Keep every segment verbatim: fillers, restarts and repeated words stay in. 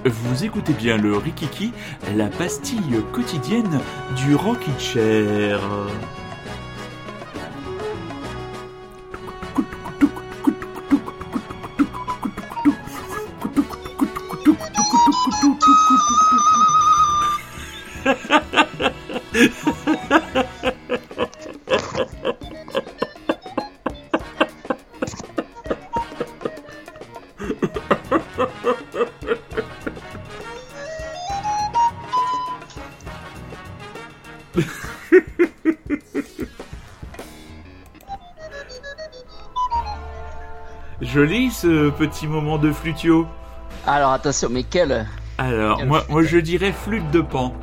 Vous écoutez bien le Rikiki, la pastille quotidienne du Rockin' Chair. Joli ce petit moment de flutio. Alors attention, mais quel Alors, quel moi, moi je dirais flûte de Pan.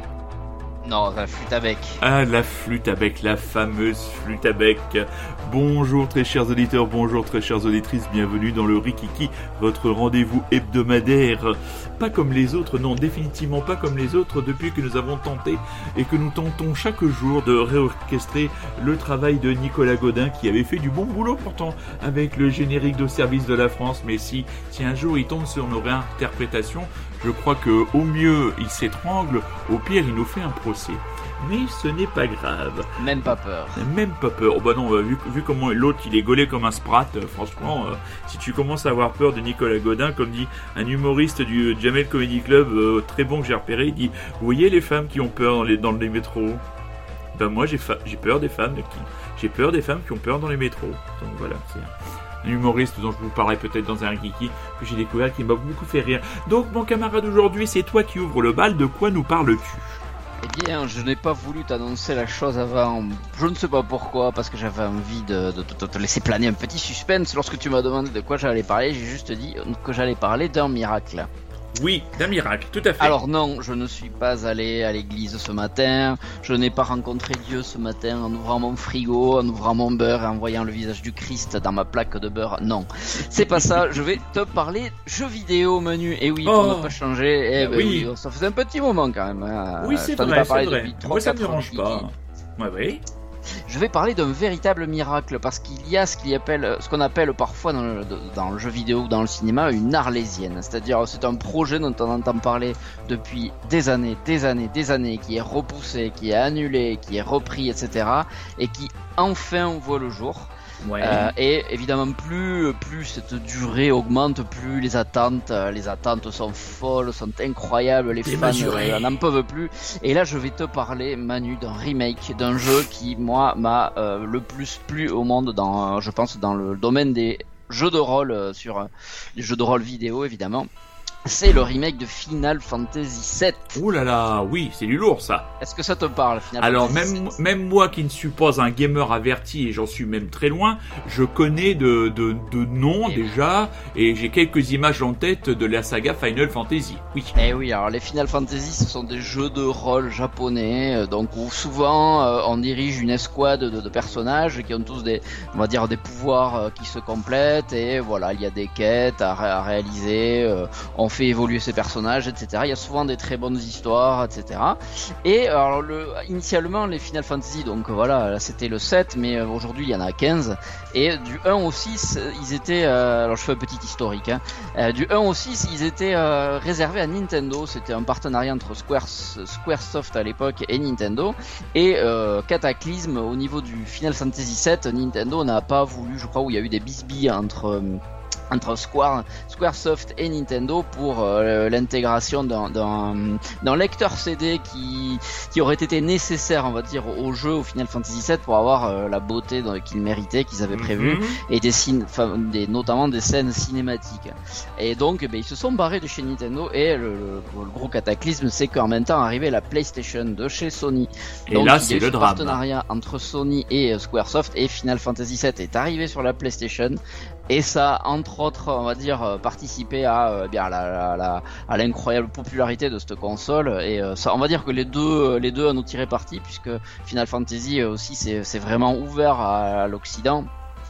Non, la flûte à bec. Ah, la flûte à bec, la fameuse flûte à bec. Bonjour très chers auditeurs, bonjour très chères auditrices, bienvenue dans le Rikiki, votre rendez-vous hebdomadaire. Pas comme les autres, non, définitivement pas comme les autres, depuis que nous avons tenté et que nous tentons chaque jour de réorchestrer le travail de Nicolas Godin, qui avait fait du bon boulot pourtant avec le générique de Service de la France. Mais si, si un jour il tombe sur nos réinterprétations, je crois que au mieux il s'étrangle, au pire il nous fait un procès. Mais ce n'est pas grave. Même pas peur. Même pas peur. Oh bah non, vu, vu comment l'autre il est gaulé comme un sprat, euh, franchement, euh, si tu commences à avoir peur de Nicolas Godin, comme dit un humoriste du Jamel Comedy Club, euh, très bon que j'ai repéré, il dit, vous voyez les femmes qui ont peur dans les, dans les métros? Ben moi j'ai, fa- j'ai peur des femmes de qui J'ai peur des femmes qui ont peur dans les métros. Donc voilà, c'est un humoriste dont je vous parlerai peut-être dans un Kiki que j'ai découvert qui m'a beaucoup fait rire. Donc mon camarade aujourd'hui, c'est toi qui ouvre le bal, de quoi nous parles-tu? Eh bien, je n'ai pas voulu t'annoncer la chose avant, je ne sais pas pourquoi, parce que j'avais envie de, de, de, de te laisser planer un petit suspense. Lorsque tu m'as demandé de quoi j'allais parler, j'ai juste dit que j'allais parler d'un miracle. Oui, d'un miracle, tout à fait. Alors non, je ne suis pas allé à l'église ce matin, je n'ai pas rencontré Dieu ce matin en ouvrant mon frigo, en ouvrant mon beurre et en voyant le visage du Christ dans ma plaque de beurre. Non, c'est pas ça, je vais te parler jeux vidéo au menu. Et oui, pour oh. ne pas changer, eh ben oui. oui, ça faisait un petit moment quand même. Hein. Oui, c'est je t'en vrai, ai pas parlé c'est vrai. depuis trois, Moi, ça me quatre dérange ans. pas. Ouais, oui. Je vais parler d'un véritable miracle parce qu'il y a ce qu'il appelle, ce qu'on appelle parfois dans le, dans le jeu vidéo ou dans le cinéma une arlésienne. C'est-à-dire c'est un projet dont on entend parler depuis des années, des années, des années, qui est repoussé, qui est annulé, qui est repris, et cetera. Et qui enfin voit le jour. Ouais. Euh, et évidemment plus plus cette durée augmente, plus les attentes euh, les attentes sont folles, sont incroyables, les fans euh, n'en peuvent plus. Et là je vais te parler, Manu, d'un remake d'un jeu qui moi m'a euh, le plus plu au monde dans, euh, je pense, dans le domaine des jeux de rôle, euh, sur euh, les jeux de rôle vidéo évidemment. C'est le remake de Final Fantasy sept. Ouh là là, oui, c'est du lourd ça. Est-ce que ça te parle, Final Alors Fantasy même sept? même moi qui ne suis pas un gamer averti, et j'en suis même très loin, je connais de de, de noms et déjà, oui. Et j'ai quelques images en tête de la saga Final Fantasy. Oui. Eh oui, alors les Final Fantasy, ce sont des jeux de rôle japonais, donc où souvent euh, on dirige une escouade de, de personnages qui ont tous des, on va dire, des pouvoirs euh, qui se complètent, et voilà, il y a des quêtes à, ré- à réaliser. Euh, on fait évoluer ses personnages, et cetera. Il y a souvent des très bonnes histoires, et cetera. Et alors, le, initialement, les Final Fantasy, donc voilà, là, c'était le sept, mais euh, aujourd'hui il y en a quinze. Et du un au six, ils étaient, euh, alors je fais un petit historique, hein, euh, du un au six, ils étaient euh, réservés à Nintendo. C'était un partenariat entre Square, Squaresoft à l'époque et Nintendo. Et euh, cataclysme, au niveau du Final Fantasy sept, Nintendo n'a pas voulu, je crois, où il y a eu des bisbilles entre... Euh, entre Square, Squaresoft et Nintendo pour euh, l'intégration d'un, d'un, d'un lecteur C D qui, qui aurait été nécessaire, on va dire, au jeu, au Final Fantasy sept, pour avoir euh, la beauté qu'il méritait, qu'ils avaient prévu, mm-hmm. et des, cin- des notamment des scènes cinématiques. Et donc, ben, ils se sont barrés de chez Nintendo, et le, le, le gros cataclysme, c'est qu'en même temps arrivait la PlayStation de chez Sony. Et donc, là, il c'est y a eu le ce drame. Partenariat entre Sony et euh, Squaresoft, et Final Fantasy sept est arrivé sur la PlayStation. Et ça a, entre autres, on va dire, participé à, euh, bien, à, la, à, la, à l'incroyable popularité de cette console. Et euh, ça, on va dire que les deux, les deux en ont tiré parti, puisque Final Fantasy aussi, c'est, c'est vraiment ouvert à, à l'Occident.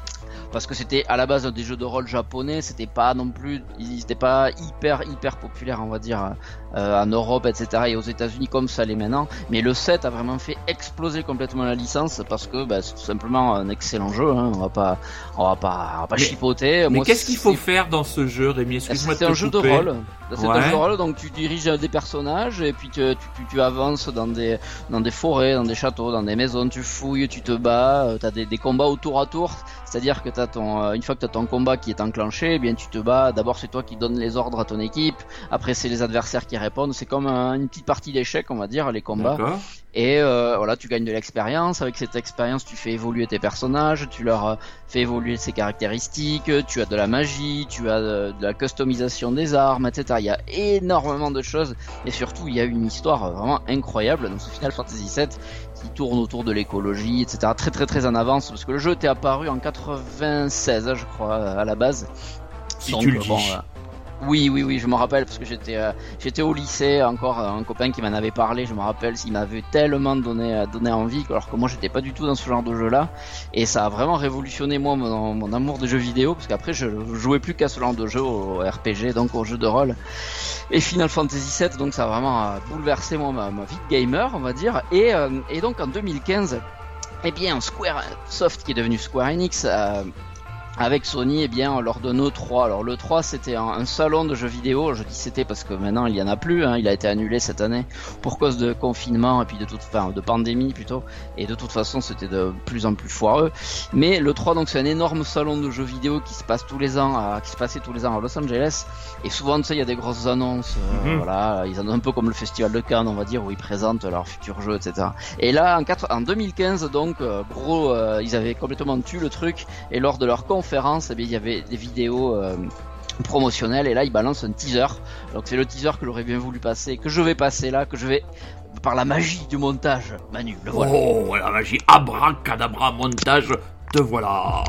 parce que c'était à la base des jeux de rôle japonais, c'était pas non plus, ils étaient pas hyper hyper populaires, on va dire, euh, en Europe, et cetera, et aux États-Unis comme ça l'est maintenant. Mais le sept a vraiment fait exploser complètement la licence parce que bah, c'est tout simplement un excellent jeu. Hein. On va pas, on va pas, on va pas mais, chipoter. Mais Moi, qu'est-ce qu'il faut faire dans ce jeu, Rémi? Excuse-moi de te C'est un couper. jeu de rôle. C'est ouais. un jeu de rôle, donc tu diriges des personnages et puis tu, tu, tu avances dans des, dans des forêts, dans des châteaux, dans des maisons, tu fouilles, tu te bats, t'as des, des combats au tour à tour, c'est-à-dire que t'as ton, une fois que t'as ton combat qui est enclenché, eh bien tu te bats, d'abord c'est toi qui donnes les ordres à ton équipe, après c'est les adversaires qui répondent, c'est comme un, une petite partie d'échecs, on va dire, les combats. D'accord. Et euh, voilà, tu gagnes de l'expérience. Avec cette expérience, tu fais évoluer tes personnages, tu leur euh, fais évoluer ses caractéristiques, tu as de la magie, tu as de, de la customisation des armes, et cetera. Il y a énormément de choses, et surtout, il y a une histoire vraiment incroyable dans ce Final Fantasy sept qui tourne autour de l'écologie, et cetera. Très très très en avance, parce que le jeu était apparu en quatre-vingt-seize, je crois, à la base. Si Donc, tu le bon, dis. euh, Oui, oui, oui, je me rappelle parce que j'étais, euh, j'étais au lycée encore, euh, un copain qui m'en avait parlé. Je me rappelle, il m'avait tellement donné, euh, donné envie, alors que moi j'étais pas du tout dans ce genre de jeu-là, et ça a vraiment révolutionné moi mon, mon amour des jeux vidéo, parce qu'après je jouais plus qu'à ce genre de jeu, au R P G, donc au jeu de rôle. Et Final Fantasy sept, donc ça a vraiment euh, bouleversé moi ma, ma vie de gamer, on va dire. Et, euh, et donc en deux mille quinze, eh bien Squaresoft, qui est devenu Square Enix, euh, avec Sony, eh bien, lors d'un E trois. Alors l'E trois, c'était un, un salon de jeux vidéo. Je dis c'était parce que maintenant il y en a plus. Hein. Il a été annulé cette année pour cause de confinement et puis de toute, enfin, de pandémie plutôt. Et de toute façon, c'était de plus en plus foireux. Mais l'E trois, donc, c'est un énorme salon de jeux vidéo qui se passe tous les ans, à, qui se passait tous les ans à Los Angeles. Et souvent, tu sais, il y a des grosses annonces. Euh, mm-hmm. Voilà, ils ont un peu comme le Festival de Cannes, on va dire, où ils présentent leurs futurs jeux, et cetera. Et là, en, quatre, en deux mille quinze, donc, euh, gros, euh, ils avaient complètement tué le truc. Et lors de leur conférence, eh bien, il y avait des vidéos euh, promotionnelles, et là ils balancent un teaser. Donc c'est le teaser que j'aurais bien voulu passer, que je vais passer là, que je vais, par la magie du montage, Manu, le voilà. Oh, la magie, abracadabra, montage, te voilà.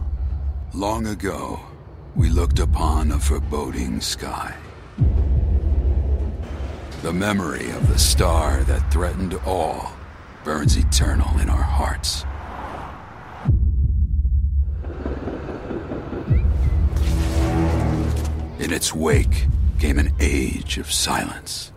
Long ago, we looked upon a foreboding sky. The memory of the star that threatened all burns eternal in our hearts. In its wake came an age of silence.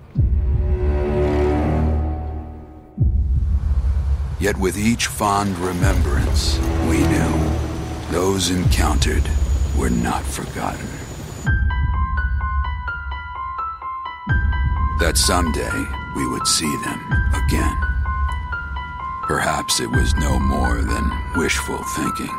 Yet with each fond remembrance, we knew those encountered were not forgotten. That someday we would see them again. Perhaps it was no more than wishful thinking.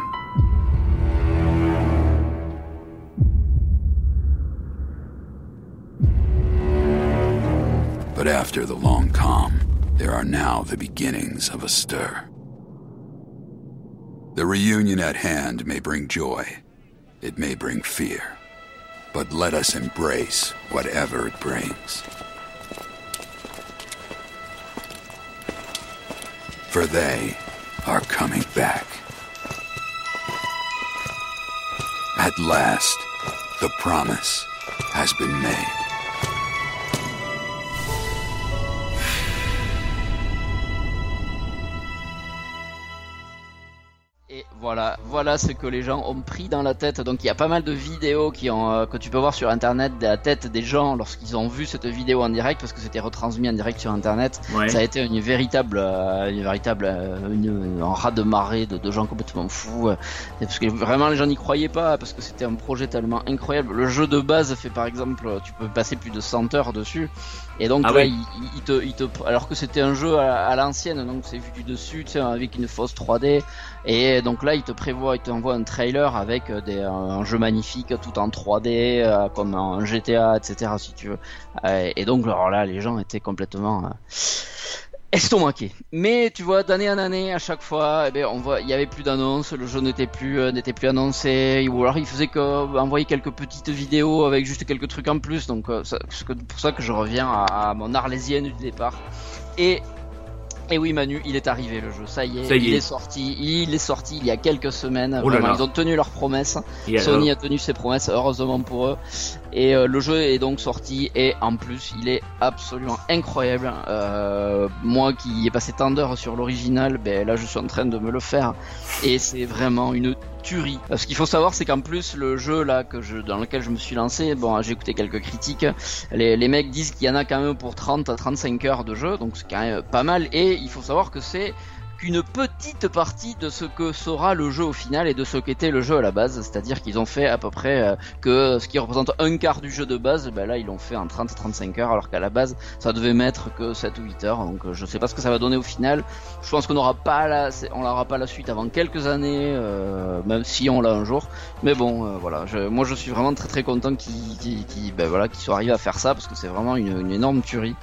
But after the long calm, there are now the beginnings of a stir. The reunion at hand may bring joy, it may bring fear, but let us embrace whatever it brings. For they are coming back. At last, the promise has been made. Voilà, voilà ce que les gens ont pris dans la tête. Donc il y a pas mal de vidéos qui ont, euh, que tu peux voir sur internet de la tête des gens lorsqu'ils ont vu cette vidéo en direct, parce que c'était retransmis en direct sur internet. Ouais. Ça a été une véritable, euh, une véritable, euh, une, un raz de marée de, de gens complètement fous. Euh, parce que vraiment les gens n'y croyaient pas, parce que c'était un projet tellement incroyable. Le jeu de base fait par exemple, tu peux passer plus de cent heures dessus. Et donc ah là, ouais. il, il, te, il te, alors que c'était un jeu à, à l'ancienne, donc c'est vu du dessus, tu sais, avec une fausse trois D. Et donc là, il te prévoit, il t'envoie un trailer avec des, un jeu magnifique tout en trois D, euh, comme un G T A, et cetera. Si tu veux. Euh, et donc, alors là, les gens étaient complètement euh, estomaqués. Mais tu vois, d'année en année, à chaque fois, eh ben, on voit, il y avait plus d'annonces, le jeu n'était plus, euh, n'était plus annoncé, ou alors il faisait que envoyer quelques petites vidéos avec juste quelques trucs en plus. Donc, euh, c'est pour ça que je reviens à, à mon arlésienne du départ. Et Et oui Manu, il est arrivé le jeu, ça y est, ça y il est. est sorti, il est sorti il y a quelques semaines, oh vraiment, ils ont tenu leurs promesses, et Sony alors a tenu ses promesses, heureusement pour eux, Et euh, le jeu est donc sorti et en plus il est absolument incroyable. Euh, moi qui ai passé tant d'heures sur l'original, ben là je suis en train de me le faire et c'est vraiment une tuerie. Ce qu'il faut savoir, c'est qu'en plus le jeu là que je, dans lequel je me suis lancé, bon j'ai écouté quelques critiques, les, les mecs disent qu'il y en a quand même pour trente à trente-cinq heures de jeu, donc c'est quand même pas mal. Et il faut savoir que c'est une petite partie de ce que sera le jeu au final et de ce qu'était le jeu à la base, c'est-à-dire qu'ils ont fait à peu près euh, que ce qui représente un quart du jeu de base, ben là ils l'ont fait en trente à trente-cinq heures, alors qu'à la base ça devait mettre que sept ou huit heures, donc euh, je sais pas ce que ça va donner au final. Je pense qu'on n'aura pas la, on n'aura pas la suite avant quelques années, euh, même si on l'a un jour, mais bon euh, voilà, je, moi je suis vraiment très très content qu'ils, qu'ils, qu'ils, ben voilà, qu'ils soient arrivés à faire ça, parce que c'est vraiment une, une énorme tuerie.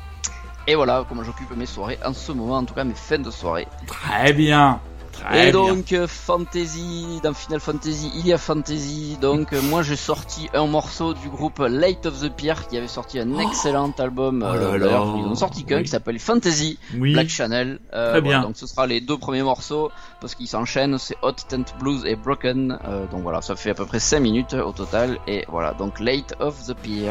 Et voilà comment j'occupe mes soirées en ce moment, en tout cas mes fins de soirée. Très bien. Très et donc bien. euh, Fantasy, dans Final Fantasy, il y a Fantasy. Donc euh, moi j'ai sorti un morceau du groupe Light of the Pier qui avait sorti un excellent oh album. Oh là euh, là. Ils en ont sorti qu'un oui. qui s'appelle Fantasy oui. Black Channel. Euh, Très voilà, bien. donc ce sera les deux premiers morceaux parce qu'ils s'enchaînent. C'est Hot Tent Blues et Broken. Euh, donc voilà, ça fait à peu près cinq minutes au total. Et voilà, donc Light of the Pier.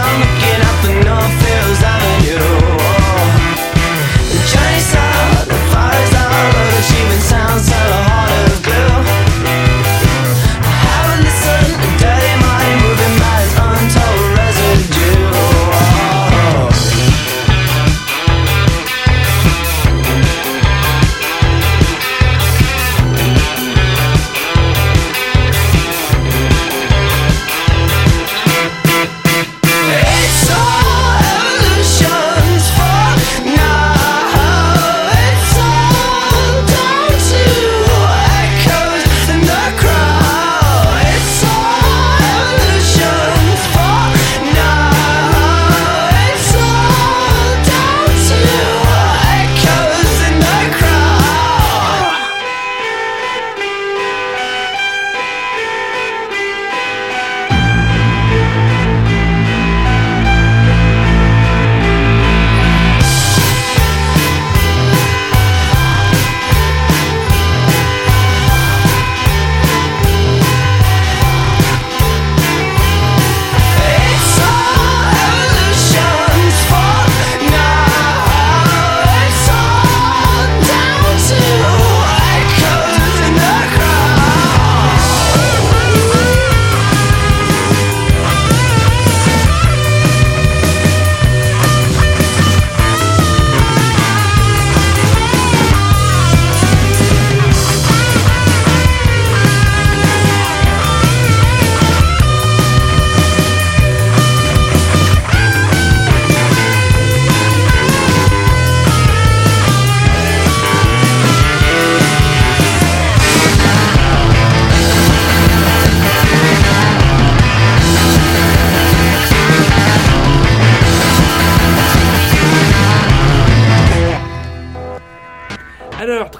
Johnny saw the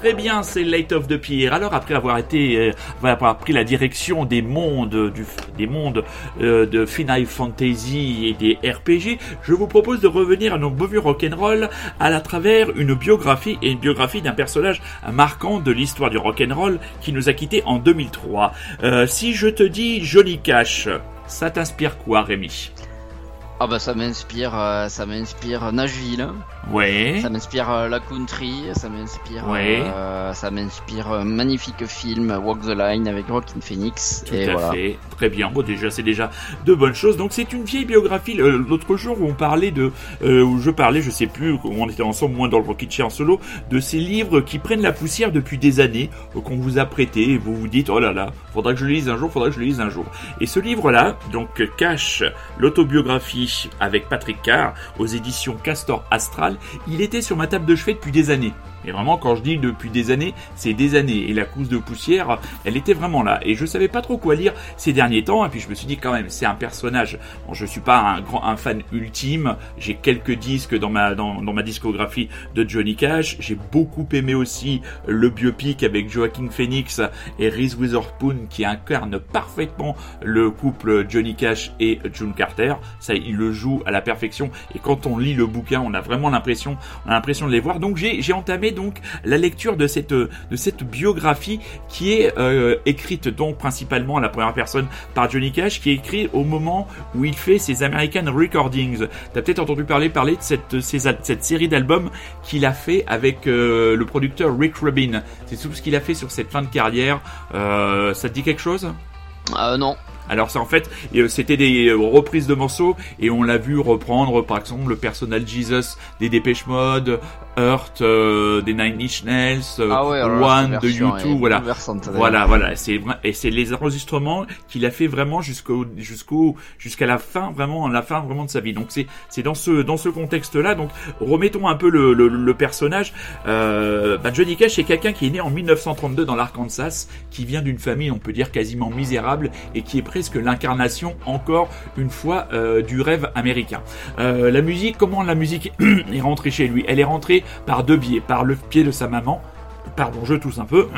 Très bien, c'est Light of the Pier. Alors après avoir été, euh, avoir pris la direction des mondes, du, des mondes euh, de Final Fantasy et des R P G, je vous propose de revenir à nos beaux vieux rock'n'roll à la travers une biographie et une biographie d'un personnage marquant de l'histoire du rock'n'roll qui nous a quittés en deux mille trois. Euh, si je te dis Johnny Cash, ça t'inspire quoi, Rémi? Ah bah ça m'inspire, euh, ça m'inspire Nashville. Ouais. Ça m'inspire euh, la country, ça m'inspire, ouais. euh, ça m'inspire un magnifique film Walk the Line avec Joaquin Phoenix. Tout et à voilà. fait, très bien. Bon, déjà, c'est déjà de bonnes choses. Donc, c'est une vieille biographie. L'autre jour, où on parlait de, euh, où je parlais, je sais plus, où on était ensemble, moins dans le Rocket Chair en solo, de ces livres qui prennent la poussière depuis des années, qu'on vous a prêté, et vous vous dites, oh là là, faudra que je le lise un jour, faudra que je le lise un jour. Et ce livre-là, donc, Cash, l'autobiographie avec Patrick Carr, aux éditions Castor Astral, il était sur ma table de chevet depuis des années. Et vraiment, quand je dis depuis des années, c'est des années. Et la couche de poussière, elle était vraiment là. Et je savais pas trop quoi lire ces derniers temps. Et puis je me suis dit quand même, c'est un personnage. Bon, je suis pas un grand, un fan ultime. J'ai quelques disques dans ma, dans, dans ma discographie de Johnny Cash. J'ai beaucoup aimé aussi le biopic avec Joaquin Phoenix et Reese Witherspoon qui incarne parfaitement le couple Johnny Cash et June Carter. Ça, il le joue à la perfection. Et quand on lit le bouquin, on a vraiment l'impression, on a l'impression de les voir. Donc j'ai, j'ai entamé donc la lecture de cette de cette biographie qui est euh, écrite donc principalement à la première personne par Johnny Cash, qui est écrit au moment où il fait ses American Recordings. T'as peut-être entendu parler parler de cette ces, cette série d'albums qu'il a fait avec euh, le producteur Rick Rubin. C'est tout ce qu'il a fait sur cette fin de carrière. Euh, ça te dit quelque chose? Euh, non. Alors c'est en fait, c'était des reprises de morceaux et on l'a vu reprendre par exemple le Personal Jesus des Depeche Mode, Hurt euh, des Nine Inch Nails, euh, ah ouais, One de U deux, voilà, voilà, voilà. C'est et c'est les enregistrements qu'il a fait vraiment jusqu'au jusqu'au jusqu'à la fin, vraiment la fin vraiment de sa vie. Donc c'est c'est dans ce dans ce contexte-là. Donc remettons un peu le le, le personnage. Euh, bah Johnny Cash est quelqu'un qui est né en mille neuf cent trente-deux dans l'Arkansas, qui vient d'une famille on peut dire quasiment misérable et qui est presque l'incarnation encore une fois euh, du rêve américain. Euh, la musique, comment la musique est rentrée chez lui? Elle est rentrée par deux biais, par le pied de sa maman, pardon, je tousse un peu,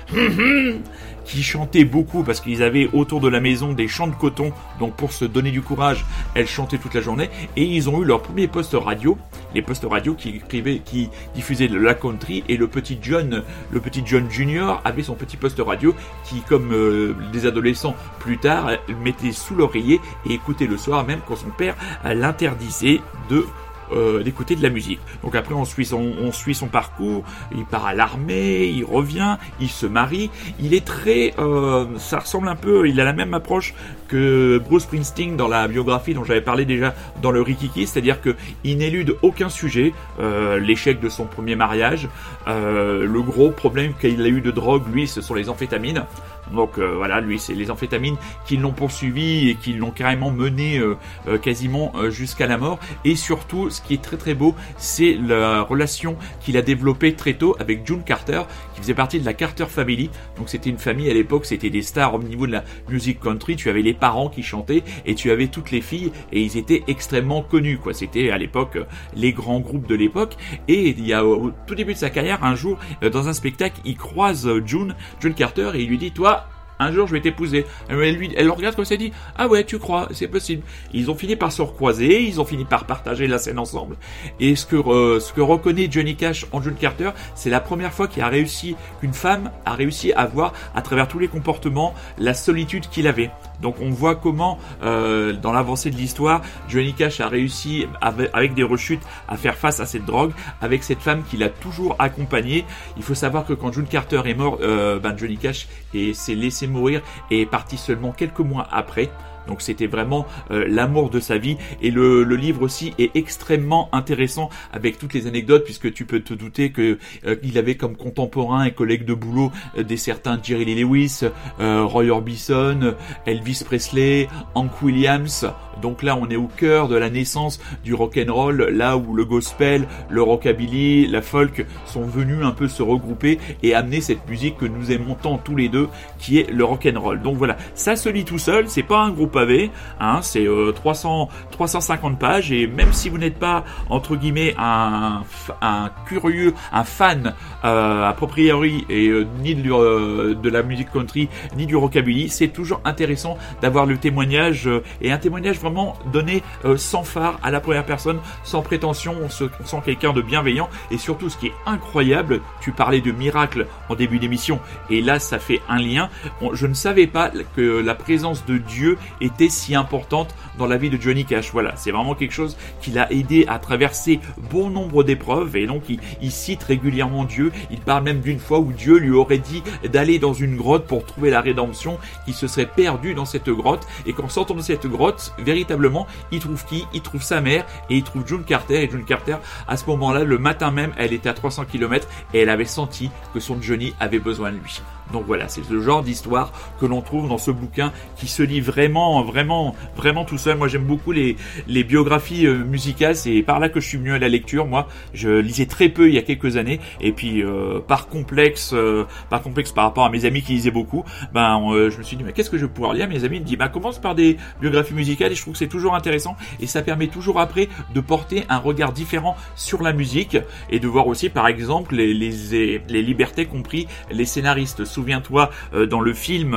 qui chantait beaucoup parce qu'ils avaient autour de la maison des champs de coton, donc pour se donner du courage, elle chantait toute la journée, et ils ont eu leur premier poste radio, les postes radio qui écrivaient, qui diffusaient de la country, et le petit John, le petit John Junior avait son petit poste radio qui, comme euh, des adolescents plus tard, mettait sous l'oreiller et écoutait le soir, même quand son père l'interdisait de Euh, d'écouter de la musique. Donc après on suit son, on suit son parcours, il part à l'armée, il revient, il se marie, il est très, euh, ça ressemble un peu, il a la même approche que Bruce Springsteen dans la biographie dont j'avais parlé déjà dans le Rikiki, c'est-à-dire que il n'élude aucun sujet, euh, l'échec de son premier mariage, euh, le gros problème qu'il a eu de drogue, lui, ce sont les amphétamines. Donc euh, voilà, lui, c'est les amphétamines qui l'ont poursuivi et qui l'ont carrément mené euh, euh, quasiment euh, jusqu'à la mort. Et surtout, ce qui est très très beau, c'est la relation qu'il a développée très tôt avec June Carter, qui faisait partie de la Carter Family. Donc c'était une famille à l'époque, c'était des stars au niveau de la musique country. Tu avais les parents qui chantaient et tu avais toutes les filles et ils étaient extrêmement connus, quoi. C'était à l'époque les grands groupes de l'époque. Et il y a au tout début de sa carrière, un jour, dans un spectacle, il croise June, June Carter et il lui dit, toi, un jour je vais t'épouser. Elle, lui, elle le regarde comme ça et dit, ah ouais, tu crois, c'est possible. Ils ont fini par se recroiser, ils ont fini par partager la scène ensemble. Et ce que, euh, ce que reconnaît Johnny Cash en June Carter, c'est la première fois qu'il a réussi, qu'une femme a réussi à voir à travers tous les comportements la solitude qu'il avait. Donc on voit comment euh, dans l'avancée de l'histoire, Johnny Cash a réussi avec, avec des rechutes à faire face à cette drogue, avec cette femme qui l'a toujours accompagné. Il faut savoir que quand June Carter est mort, euh, ben Johnny Cash et s'est laissé mourir et est parti seulement quelques mois après. Donc c'était vraiment euh, l'amour de sa vie. Et le, le livre aussi est extrêmement intéressant avec toutes les anecdotes, puisque tu peux te douter que euh, il avait comme contemporain et collègue de boulot euh, des certains Jerry Lee Lewis, euh, Roy Orbison, Elvis Presley, Hank Williams. Donc là on est au cœur de la naissance du rock'n'roll, là où le gospel, le rockabilly, la folk sont venus un peu se regrouper et amener cette musique que nous aimons tant tous les deux, qui est le rock'n'roll. Donc voilà, ça se lit tout seul, c'est pas un gros pavé, hein, c'est euh, trois cents, trois cent cinquante pages, et même si vous n'êtes pas, entre guillemets, un, un curieux, un fan euh, a priori, et euh, ni de, euh, de la musique country, ni du rockabilly, c'est toujours intéressant d'avoir le témoignage, euh, et un témoignage vraiment donné euh, sans phare, à la première personne, sans prétention, on, se, on sent quelqu'un de bienveillant, et surtout ce qui est incroyable, tu parlais de miracle en début d'émission, et là ça fait un lien, on, je ne savais pas que la présence de Dieu était si importante dans la vie de Johnny Cash. Voilà, c'est vraiment quelque chose qui l'a aidé à traverser bon nombre d'épreuves, et donc il, il cite régulièrement Dieu, il parle même d'une fois où Dieu lui aurait dit d'aller dans une grotte pour trouver la rédemption, qu'il se serait perdu dans cette grotte, et qu'en sortant de cette grotte, véritablement, il trouve qui? Il trouve sa mère, et il trouve June Carter, et June Carter, à ce moment-là, le matin même, elle était à trois cents kilomètres, et elle avait senti que son Johnny avait besoin de lui. Donc voilà, c'est ce genre d'histoire que l'on trouve dans ce bouquin qui se lit vraiment, vraiment, vraiment tout seul. Moi, j'aime beaucoup les, les biographies euh, musicales. C'est par là que je suis venu à la lecture. Moi, je lisais très peu il y a quelques années. Et puis, euh, par complexe, euh, par complexe par rapport à mes amis qui lisaient beaucoup, ben, euh, je me suis dit, mais qu'est-ce que je vais pouvoir lire? Mes amis me disent, bah, commence par des biographies musicales. Et je trouve que c'est toujours intéressant. Et ça permet toujours après de porter un regard différent sur la musique et de voir aussi, par exemple, les, les, les libertés qu'ont pris les scénaristes. Souviens-toi, euh, dans le film,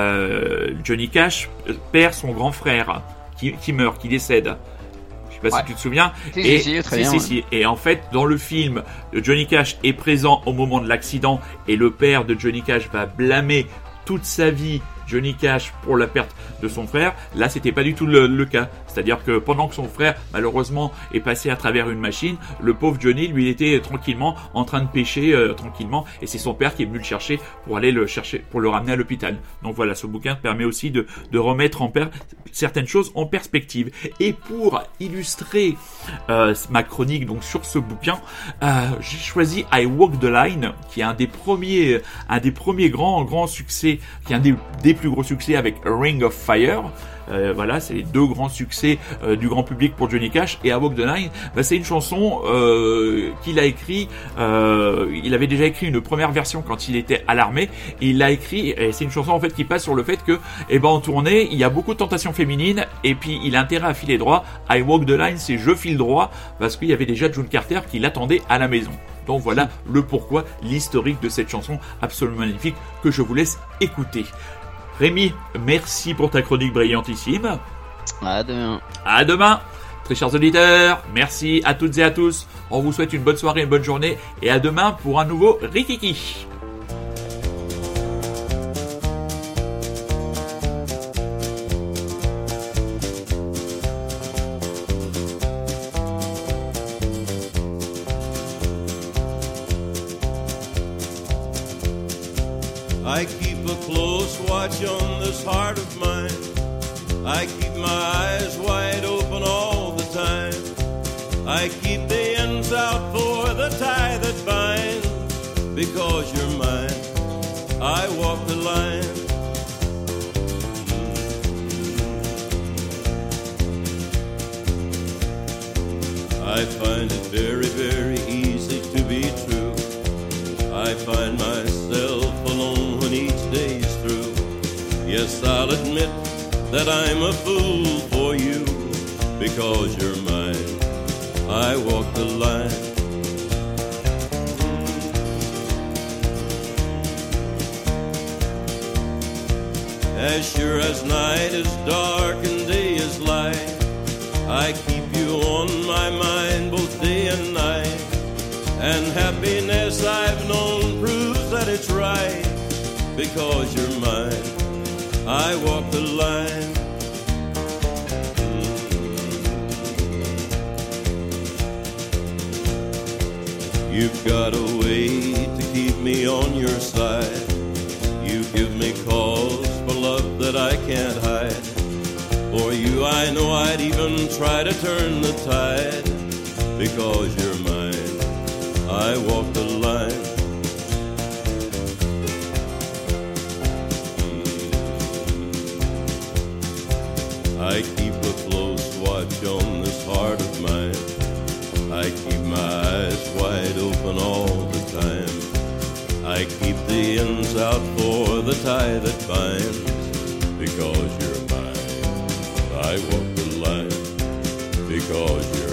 euh, Johnny Cash perd son grand frère qui, qui meurt, qui décède. Je sais pas ouais. si tu te souviens. Si, et, si, si, très si, bien, si, ouais. si. Et en fait, dans le film, Johnny Cash est présent au moment de l'accident et le père de Johnny Cash va blâmer toute sa vie Johnny Cash pour la perte de son frère. Là, c'était pas du tout le, le cas. C'est-à-dire que pendant que son frère, malheureusement, est passé à travers une machine, le pauvre Johnny, lui, était tranquillement en train de pêcher, euh, tranquillement, et c'est son père qui est venu le chercher pour aller le chercher, pour le ramener à l'hôpital. Donc voilà, ce bouquin permet aussi de, de remettre en per- certaines choses en perspective. Et pour illustrer euh, ma chronique donc sur ce bouquin, euh, j'ai choisi I Walk the Line, qui est un des premiers, un des premiers grands, grands succès, qui est un des, des plus gros succès avec Ring of Fire. Euh, voilà, c'est les deux grands succès euh, du grand public pour Johnny Cash. Et I Walk the Line, bah, c'est une chanson euh, qu'il a écrit. Euh, il avait déjà écrit une première version quand il était à l'armée. Et il l'a écrit. Et c'est une chanson en fait qui passe sur le fait que, eh ben, en tournée, il y a beaucoup de tentations féminines. Et puis, il a intérêt à filer droit. I Walk the Line, c'est je file droit parce qu'il y avait déjà June Carter qui l'attendait à la maison. Donc voilà le pourquoi, l'historique de cette chanson absolument magnifique que je vous laisse écouter. Rémi, merci pour ta chronique brillantissime. À demain. À demain. Très chers auditeurs, merci à toutes et à tous. On vous souhaite une bonne soirée, une bonne journée et à demain pour un nouveau Rikiki. I keep a close watch on this heart of mine. I keep my eyes wide open all the time. I keep the ends out for the tie that binds. Because you're mine, I walk the line. I find it very, very easy to be true. I find myself alone when each day's through. Yes, I'll admit that I'm a fool for you. Because you're mine, I walk the line. As sure as night is dark and day is light, I keep you on my mind both day and night. And happiness I've known proves that it's right. Because you're mine, I walk the line. You've got a way to keep me on your side. You give me cause for love that I can't hide. For you I know I'd even try to turn the tide. Because you're mine, I walk the line. I keep a close watch on this heart of mine. I keep my eyes wide open all the time. I keep the ends out for the tie that binds. Because you're mine, I walk the line because you're